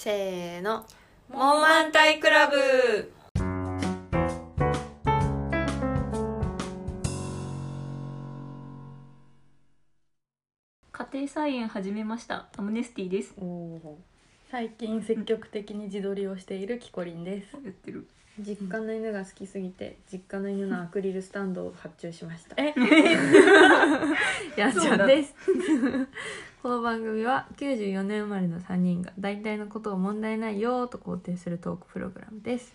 せーの、 モンマンタイクラブ。 家庭菜園始めました。アムネスティです。 最近積極的に自撮りをしているキコリンです。 やってる。 実家の犬が好きすぎて実家の犬のアクリルスタンドを発注しました。やっちゃんです。この番組は94年生まれの3人が大体のことを問題ないよと肯定するトークプログラムです。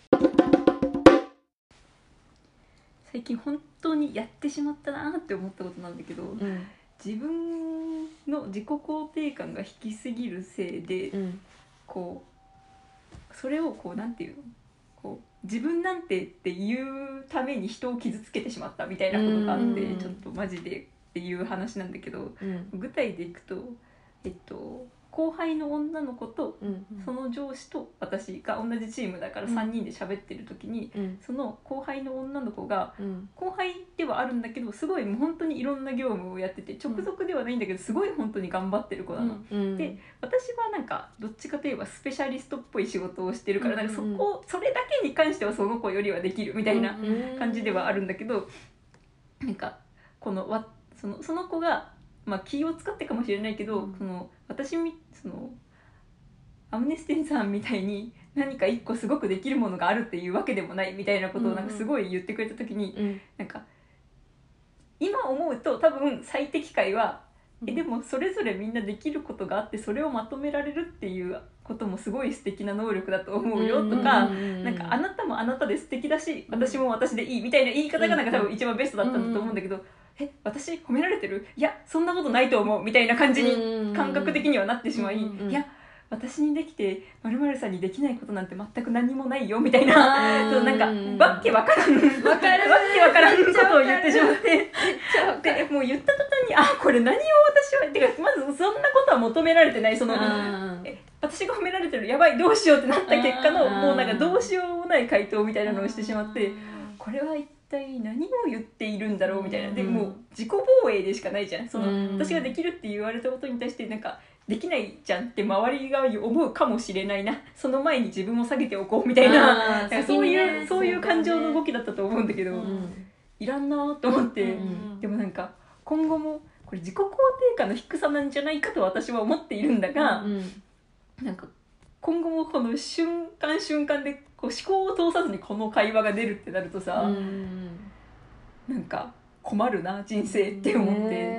最近本当にやってしまったなって思ったことなんだけど、自分の自己肯定感が低すぎるせいで、こうそれをこうなんていうの、こう自分なんてっていうために人を傷つけてしまったみたいなことがあって、ちょっとマジでっていう話なんだけど、具体でいくと、後輩の女の子とその上司と私が同じチームだから3人で喋ってる時に、その後輩の女の子が、後輩ではあるんだけどすごいもう本当にいろんな業務をやってて直属ではないんだけどすごい本当に頑張ってる子なの、で私はなんかどっちかといえばスペシャリストっぽい仕事をしてるから、なんかそれだけに関してはその子よりはできるみたいな感じではあるんだけど、なんかその子が気を使ってかもしれないけど、私アムネスティさんみたいに何か一個すごくできるものがあるっていうわけでもないみたいなことをなんかすごい言ってくれた時に、なんか今思うと多分最適解は、でもそれぞれみんなできることがあってそれをまとめられるっていうこともすごい素敵な能力だと思うよとか、なんかあなたもあなたで素敵だし私も私でいいみたいな言い方がなんか多分一番ベストだったんだと思うんだけど、私褒められてる？いやそんなことないと思うみたいな感じに感覚的にはなってしまい、いや私にできて〇〇さんにできないことなんて全く何もないよみたいな、なんかわけわからんことを言ってしまってでもう言った途端にこれ何を私はてかまずそんなことは求められてない、私が褒められてるやばいどうしようってなった結果のもうなんかどうしようもない回答みたいなのをしてしまって、これは一体何を言っているんだろうみたいな。でもう自己防衛でしかないじゃん。私ができるって言われたことに対してなんかできないじゃんって周りが思うかもしれないな、その前に自分を下げておこうみたいな、そういう感情の動きだったと思うんだけど、いらんなと思って、でもなんか今後もこれ自己肯定感の低さなんじゃないかと私は思っているんだが、なんか今後もこの瞬間瞬間でこう思考を通さずにこの会話が出るってなるとさ、なんか困るな人生って思って、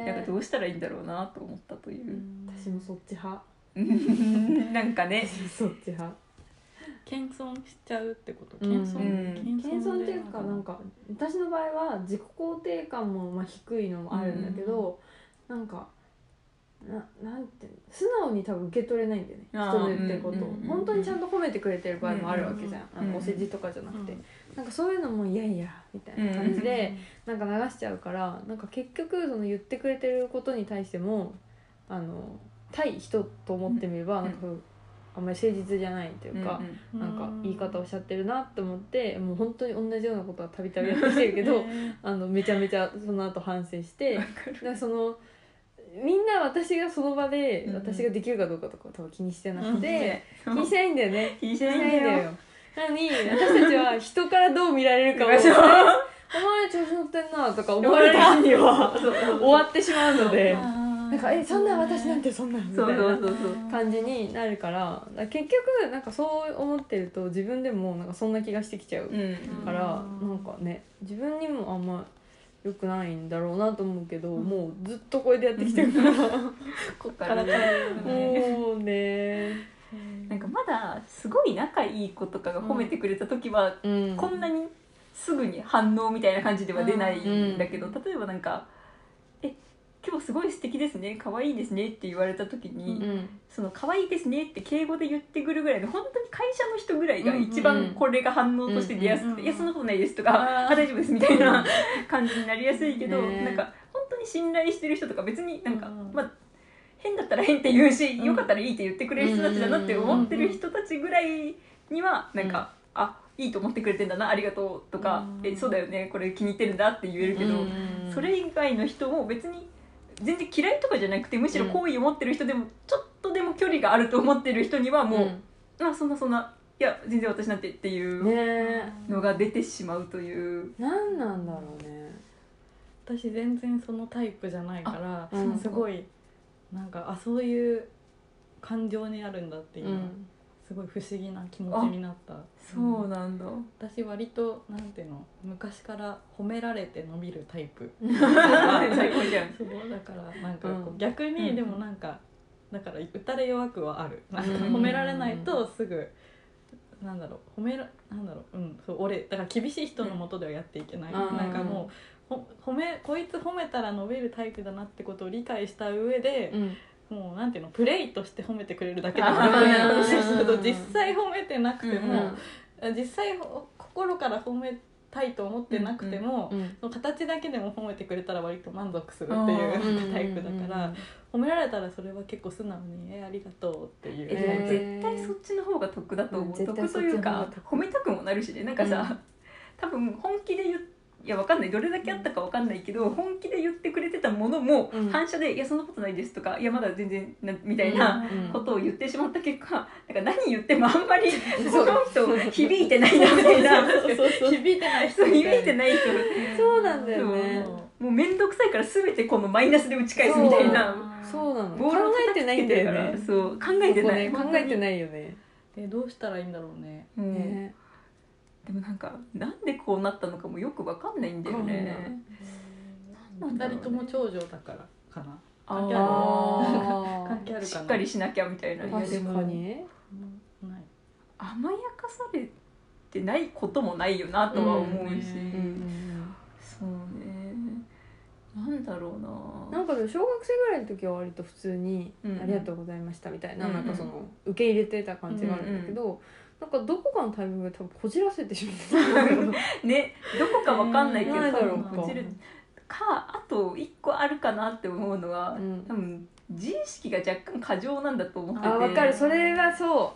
なんかどうしたらいいんだろうなと思ったという。 私もそっち派。 なんかねそっち派。 謙遜しちゃうってこと？ 謙遜っていうか、なんか私の場合は自己肯定感も低いのもあるんだけど、なんかなんて素直に多分受け取れないんだよね、人の言ってることを。本当にちゃんと褒めてくれてる場合もあるわけじゃん、お世辞とかじゃなくて、なんかそういうのもいやいやみたいな感じでなんか流しちゃうから、なんか結局その言ってくれてることに対しても対人と思ってみればなんかあんまり誠実じゃないというか、なんか言い方をしちゃってるなって思って、もう本当に同じようなことはたびたびやってきてるけどめちゃめちゃその後反省して、だからみんな私がその場で私ができるかどうかとか多分気にしてなくて、気にしてないんだよね。気にしてないんだよ。なのに私たちは人からどう見られるかをお前調子乗ってんなとか思われた日には終わってしまうので、なんかそんな私なんてそんなみたいな感じになるから、結局なんかそう思ってると自分でもなんかそんな気がしてきちゃうから、なんかね自分にもあんま良くないんだろうなと思うけど、もうずっとこれでやってきてるからこっからもうね、 なんかまだすごい仲いい子とかが褒めてくれた時は、こんなにすぐに反応みたいな感じでは出ないんだけど、例えばなんか今日すごい素敵ですね、可愛いですねって言われた時に、その可愛いですねって敬語で言ってくるぐらいの本当に会社の人ぐらいが一番これが反応として出やすくて、いやそんなことないですとか、大丈夫ですみたいな感じになりやすいけど、なんか本当に信頼してる人とか別になんか変だったら変って言うし、よかったらいいって言ってくれる人たちだなって思ってる人たちぐらいにはなんか、いいと思ってくれてんだなありがとうとか、そうだよねこれ気に入ってるんだって言えるけど、それ以外の人も別に全然嫌いとかじゃなくて、むしろ好意を持ってる人でもちょっとでも距離があると思ってる人にはもうそんないや全然私なんてっていうのが出てしまうという、 何なんだろうね。 私全然そのタイプじゃないから、すごいなんかそういう感情になるんだっていうの、すごい不思議な気持ちになった。 そうなんだ。 私割となんていうの、昔から褒められて伸びるタイプ最高じゃん。 そうだからなんかこう逆にでもなんかだから打たれ弱くはある。なんか褒められないとすぐなんだろうそう俺だから厳しい人のもとではやっていけない。なんかもうこいつ褒めたら伸びるタイプだなってことを理解した上で。もうなんていうのプレイとして褒めてくれるだけでも実際褒めてなくても、実際心から褒めたいと思ってなくても、その形だけでも褒めてくれたら割と満足するっていうタイプだから、褒められたらそれは結構素直にありがとうっていう。 絶対そっちの方が得だと思う。得というか褒めたくもなるしね。なんかさ、多分本気でいやわかんない、どれだけあったかわかんないけど、本気で言ってくれてたものも反射で「いやそんなことないです」とか「いやまだ全然みたいなことを言ってしまった結果、なんか何言ってもあんまりその人響いてないなみたいな響いてない人そうなんだよね。 もう面倒くさいから全てこのマイナスで打ち返すみたいな。 そうなの。 考えてないんだよね。 そう考えてない、 考えてないよね。 どうしたらいいんだろうね。 でもなんかなんでこうなったのかもよくわかんないんだよね。 2人とも長女だからかな。 関係あるかな。 しっかりしなきゃみたいな。 確かに甘やかされてないこともないよなとは思うし、そうね、なんだろうな。 なんかでも小学生ぐらいの時は割と普通に「ありがとうございました」みたいな、なんかその受け入れてた感じがあるんだけど、なんかどこかのタイミングで多分こじらせてしまったね、どこかわかんないけど、 なんだろうこじるか、あと一個あるかなって思うのは、多分自意識が若干過剰なんだと思ってて。 わかる、それはそう、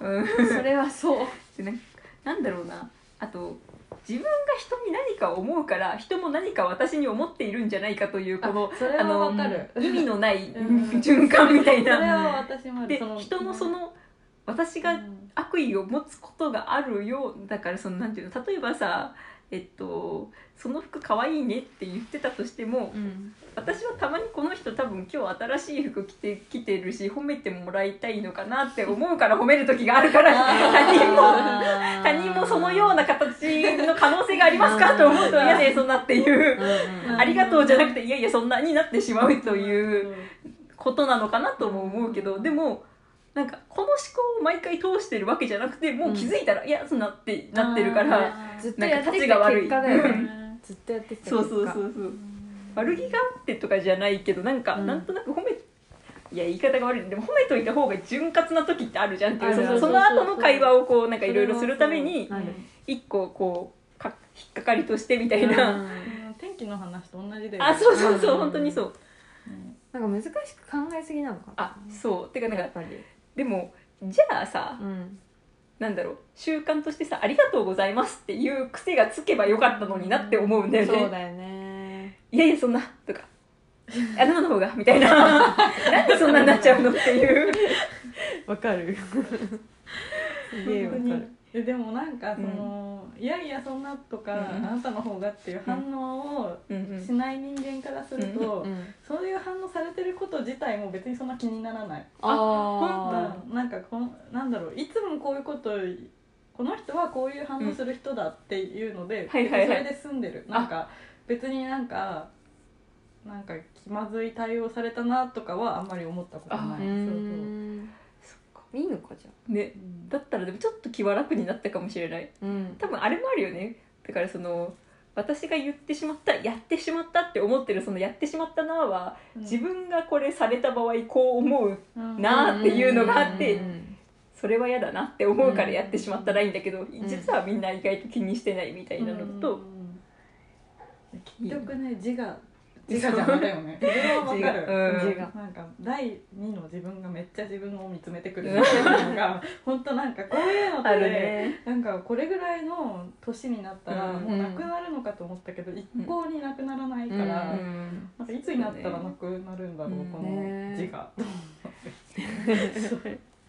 それはそうでなんだろうな、あと自分が人に何か思うから人も何か私に思っているんじゃないかというこのそれはわかる、 意味のない循環みたいな。 それは私もある。 で人のその私が悪意を持つことがあるようだから、そのなんていうの、例えばさ、その服かわいいねって言ってたとしても、私はたまにこの人多分今日新しい服着てるし褒めてもらいたいのかなって思うから褒める時があるから他人もそのような形の可能性がありますかと思うと嫌でそんなっていうありがとうじゃなくていやいやそんなになってしまうということなのかなとも思うけど、でもなんかこの思考を毎回通してるわけじゃなくて、もう気づいたら、いやそうなってるからずっとやってきた結果だよね。ずっとやってきた結果。 そう悪気があってとかじゃないけど、なんか、なんとなくいや言い方が悪い、でも褒めといた方が潤滑な時ってあるじゃんっていう、その後の会話をこうなんかいろいろするために一個こう引っかかりとしてみたいな。 天気の話と同じで。 そう本当にそう。 なんか難しく考えすぎなのかな。 そうてかなんかでもじゃあさ、なんだろう、習慣としてさありがとうございますっていう癖がつけばよかったのになって思うんだよね。 そうだよね。 いやいやそんなとかあなたの方がみたいななんでそんなになっちゃうのっていうわかるすげえわかる。 でもなんかその、いやいやそんなとか、あなたの方がっていう反応をしない人間からすると、そういう反応されてること自体も別にそんな気にならない。本当なんかなんだろう、いつもこういうことこの人はこういう反応する人だっていうので、それで済んでる。なんか別になんか気まずい対応されたなとかはあんまり思ったことない。 いいのかじゃあね、だったらでもちょっと気は楽になったかもしれない、多分あれもあるよね。だからその私が言ってしまったやってしまったって思ってるそのやってしまったなは、自分がこれされた場合こう思うなっていうのがあって、それは嫌だなって思うからやってしまったらいいんだけど、実はみんな意外と気にしてないみたいなのと、 結局ね自我じゃダメだよね。それはわかる。なんか第2の自分がめっちゃ自分を見つめてくるみたいなのが本当なんかこういうのってなんかこれぐらいの年になったらもうなくなるのかと思ったけど、一向になくならないから、なんかいつになったらなくなるんだろう、この自我。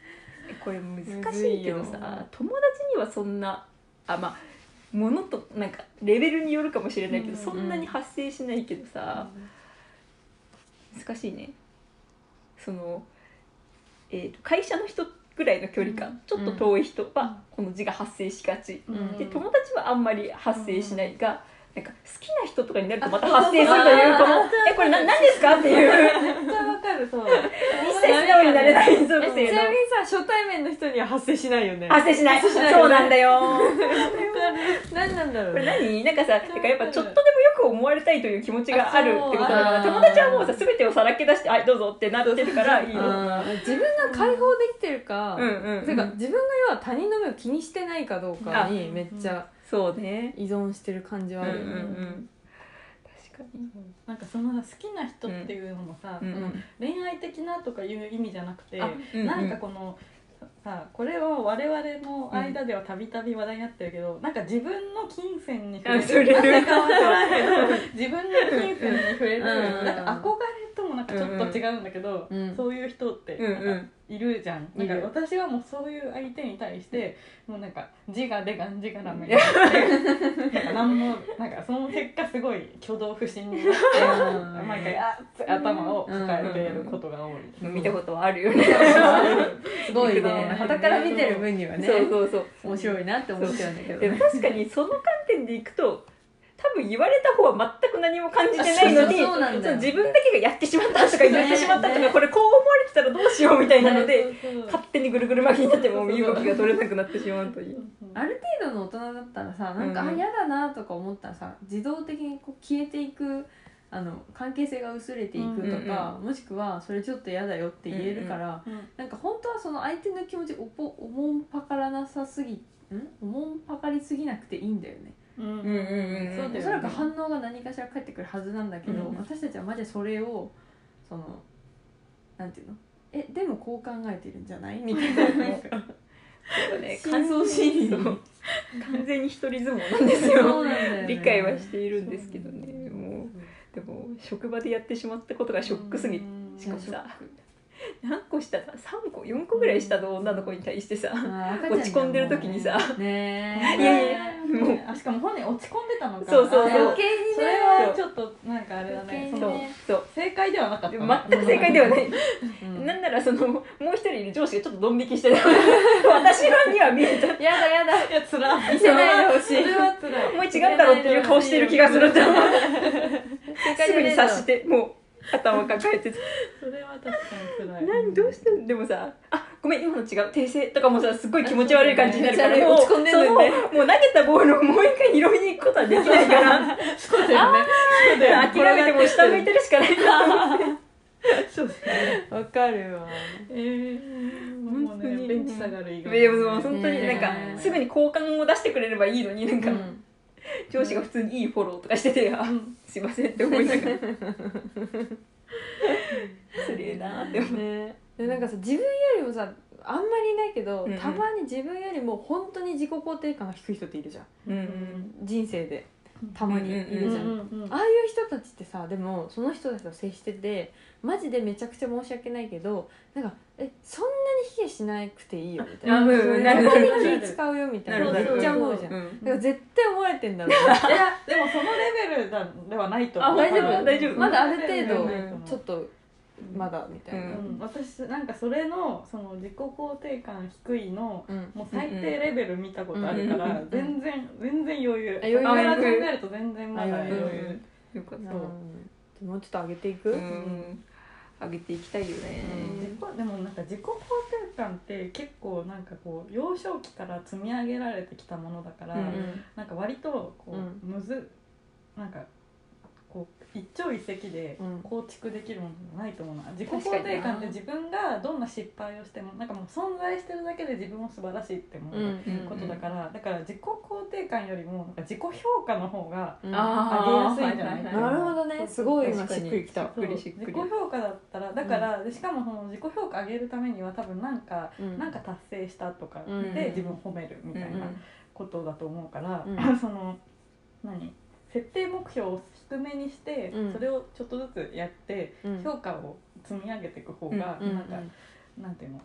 これ難しいけどさ、友達にはそんなものとなんかレベルによるかもしれないけど、そんなに発生しないけどさ、難しいね。その、会社の人ぐらいの距離感、ちょっと遠い人はこの字が発生しがち、で友達はあんまり発生しないが、なんか好きな人とかになるとまた発生するというこのこれ何ですかっていう、 めっちゃわかる。そう一切素直になれない属性の。 ちなみにさ、初対面の人には発生しないよね。 発生しない。そうなんだよ。 何なんだろう、 これ何なんかさ、なんかやっぱちょっとでもよく思われたいという気持ちがあるってことだから、友達はもうさ全てをさらけ出して「はいどうぞ」ってなってるからいいよ。 自分が解放できてるか、てか自分が要は他人の目を気にしてないかどうかにめっちゃそうね依存してる感じはあるよね。 確かに。 なんかその好きな人っていうのもさ、その恋愛的なとかいう意味じゃなくて、なんかこのさ、これは我々の間ではたびたび話題になってるけど、なんか自分の金銭に触れる自分の金銭に触れる、なんか憧れともなんかちょっと違うんだけど、そういう人ってなんかいるじゃん。なんか私はもうそういう相手に対してもうなんか自我でがん自我なめなんか何もなんかその結果すごい挙動不審になって毎回頭を抱えていることが多い。 見たことはあるよね。 すごいね。傍から見てる分にはね、 そう面白いなって思っちゃうんだけど、 でも確かにその観点でいくと多分言われた方は全く何も感じてないのに、自分だけがやってしまったとか言ってしまったとか、これこう思われてたらどうしようみたいなので勝手にぐるぐる巻きになっても身動きが取れなくなってしまうという。 ある程度の大人だったらさ、なんか嫌だなとか思ったらさ、自動的にこう消えていく、関係性が薄れていくとか、もしくはそれちょっと嫌だよって言えるから、なんか本当はその相手の気持ちおもんぱからなさすぎおもんぱかりすぎなくていいんだよね。おそらく反応が何かしら返ってくるはずなんだけど、私たちはマジでそれをそのなんていうの、でもこう考えてるんじゃないみたいな、なんか深層心理完全に一人相撲なんですよ。そうなんだよね、理解はしているんですけどね。もうでも職場でやってしまったことがショックすぎ、しかもさ何個下だ3個4個ぐらい下の女の子に対してさ、落ち込んでる時にさ、 ねいやいやもうしかも本人落ち込んでたのか、 そう余計にね、 それはちょっとなんかあれだね、 そう正解ではなかった、 全く正解ではない。なんならそのもう一人いる上司がちょっとドン引きしてた。私には見えた。 やだやだ、 いやつら見せないでほしい。 それはつらい。 もう違うんだろうっていう顔してる気がするって。すぐに察してもう頭を抱えて、 それは確かに辛い。 何どうしてん、でもさ、ごめん今の違う訂正とかもさ、すごい気持ち悪い感じになるから、 落ち込んでるんだよね。 もう投げたボールをもう一回拾いに行くことはできないから、 そうだよね。 諦めてもう下向いてるしかない。 そうですね。 わかるわ。 もうね、ベンチ下がる以外。 でも本当になんかすぐに交換を出すればいいのに、なんか上司が普通にいいフォローとかしてて、すいませんって思いながら失礼なって思うね。でなんかさ、自分よりもさ、あんまりいないけど、たまに自分よりも本当に自己肯定感が低い人っているじゃん、人生でたまにいるじゃん、ああいう人たちってさ、でもその人たちと接しててマジでめちゃくちゃ申し訳ないけど、なんかそんなに卑下しなくていいよみたいな、ここに気使うよみたいなめっちゃ思うじゃん、だから絶対思われてんだろうな。 いやでもそのレベルではないと思う。 大丈夫、まだある程度ちょっととまだみたいな、 私なんかそれのその自己肯定感低いの、もう最低レベル見たことあるから、全然余裕。余裕から考えると全然まだ余裕。 よかった。 もうちょっと上げていく、 上げていきたいよね。 でもなんか自己肯定感って結構なんかこう幼少期から積み上げられてきたものだから、なんか割とこうなんかこう一朝一夕で構築できるものじゃないと思うな。自己肯定感って自分がどんな失敗をしてもなんかもう存在してるだけで自分も素晴らしいって思うことだから、だから自己肯定感よりもなんか自己評価の方が上げやすいんじゃないかな。 なるほどね、すごい今しっくりきた。 自己評価だったらだからしかもその自己評価上げるためには多分なんか達成したとかで自分を褒めるみたいなことだと思うから、その設定目標を低めにして、それをちょっとずつやって、評価を積み上げていく方がなんか、なんていうの、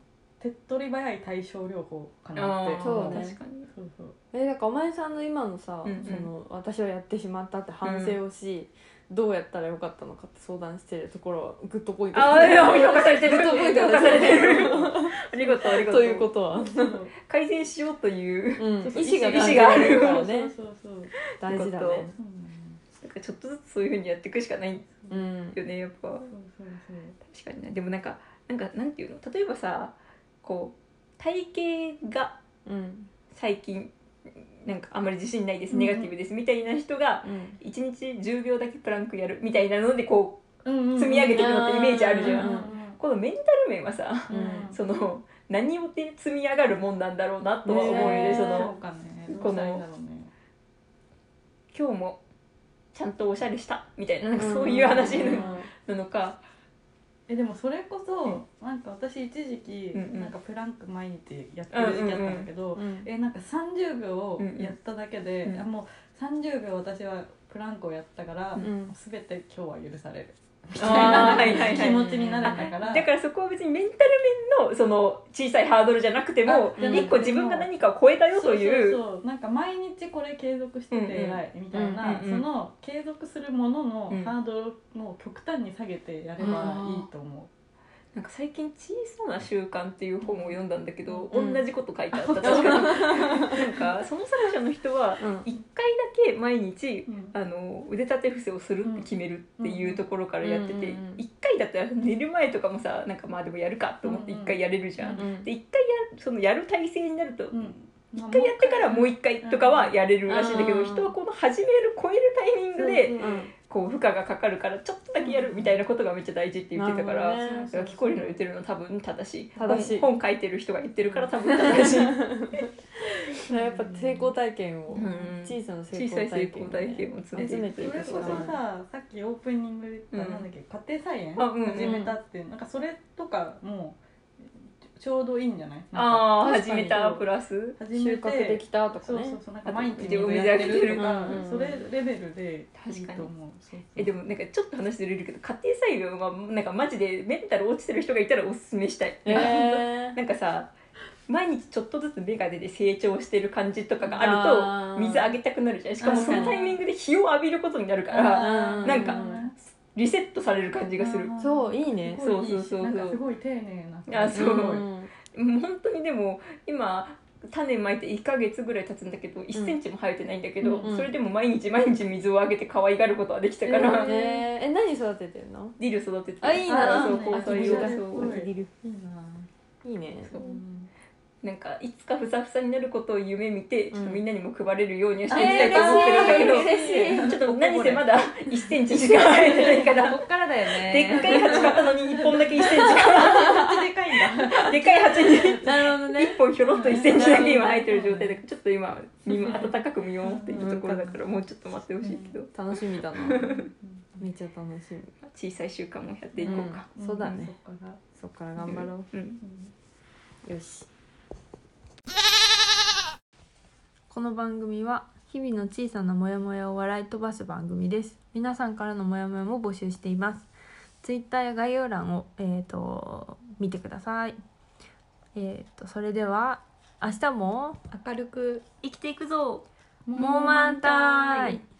手っ取り早い対症療法かなってそうね確かにそうそうだからお前さんの今のさ、 うんうんその私はやってしまったって反省をし、どうやったらよかったのかって相談してるところはグッドポイントああ、いや評価されてる。 グッドポイント評価されてる。ありがとうありがとう。 ということは、 改善しようといううん、 そう意思が意思があるからねそうそうそう大事だね。 なんかちょっとずつそういう風にやっていくしかないうんよねやっぱ。 そうそうそう確かにね。でもなんかなんていうの、例えばさ、こう体型がうん最近なんかあんまり自信ないです、ネガティブですみたいな人がうん 1日10秒だけプランクやるみたいなのでこ積積み上げていくのってイメージあるじゃん。 うんこのメンタル面はさ、 うんその何をて積み上がるもんなんだろうなとは思うよね。 ねそそうのかねこのどうしたらいいんだろうね今日もちゃんとおしゃれしたみたいな、なんかそういう話うんなのか。 でもそれこそ、なんか私一時期、 うんうんなんかプランク毎日やってる時期あったんだけど、 うんなんか30秒やっただけで、 うんうんもう30秒私はプランクをやったから、 ん全て今日は許されるみあーたいなはいはいはい気持ちになれたから、 だからそこは別にメンタル面のその小さいハードルじゃなくても、 あ一個自分が何かを超えたよという。 そうそうそうなんか毎日これ継続してて偉いみたいな、 うんうんその継続するもののうんハードルを極端に下げてやればいいと思なんか最近「小さな習慣」っていう本を読んだんだけど、 うん同じこと書いてあった確かになんかその作者の人はうん 1回だけ毎日う、 腕立て伏せをするって決めるっていうところからやってて、 うんうんうん 1回だったら寝る前とかもさ、なんかまあでもやるかと思って1回やれるじゃん、 うんで1回そのやる体勢になると、 うん 1回やってからもう1回とかはやれるらしいんだけど、 うん人はこの始める超えるタイミングでそううんこう負荷がかかるからちょっとだけやるみたいなことがめっちゃ大事って言ってたから、 なるほどねだからキコリの言ってるの多分正しい。 正しい本書いてる人が言ってるから多分正しい。 やっぱ成功体験を、 うん小さな成功小さい成体験を功体験を集めて集めていそれこそくしかない。 さっきオープニングで言った、 うんなんだっけ家庭菜園あうんうん始めたって、なんかそれとかもちょうどいいんじゃない？なんかああ確かに始めたプラス始め収穫でてきたとかねそうそうそうなんか毎日自分水やってるとか、 うんうんうんそれレベルでいい確かにと思う。そうそうでもなんかちょっと話ずれるけど家庭菜園はなんかマジでメンタル落ちてる人がいたらおすすめしたい。なんかさ毎日ちょっとずつ芽が出て成長してる感じとかがああーると水あげたくなるじゃん。しかもそのタイミングで日を浴びることになるからうんなんかリセットされる感じがする。 そういいね。 すごいいいしそうそうそうそうなんかすごい丁寧な。 あそううんもう本当にでも今種まいて1ヶ月ぐらい経つんだけど1センチも生えてないんだけど、 うんそれでも毎日毎日水をあげて可愛がることはできたから、 何育ててるの？ ディル育ててあいいなそうね交際用あそうすごいディルいいな。 いいね。 そううんなんかいつかふさふさになることを夢見てちょっとみんなにも配れるようにはしていえきたいと思ってるんだけど、 嬉しい。 ちょっと何せまだ1センチしか生えてないからこっからだよね。 でっかい鉢買ったのに1本だけ1センチがでかいんだ。 でかい鉢になるほどね。 1本ひょろっと1センチだけ今生えてる状態でちょっと今温かく見守っているところだからもうちょっと待ってほしいけど、 楽しみだな。めっちゃ楽しみ。 小さい習慣もやっていこうか。 そうだね。 そっからそっから頑張ろうんう。よし。この番組は日々の小さなモヤモヤを笑い飛ばす番組です。皆さんからのモヤモヤも募集しています。ツイッターや概要欄を見てください。それでは明日も明るく生きていくぞ。 モーマンタイム。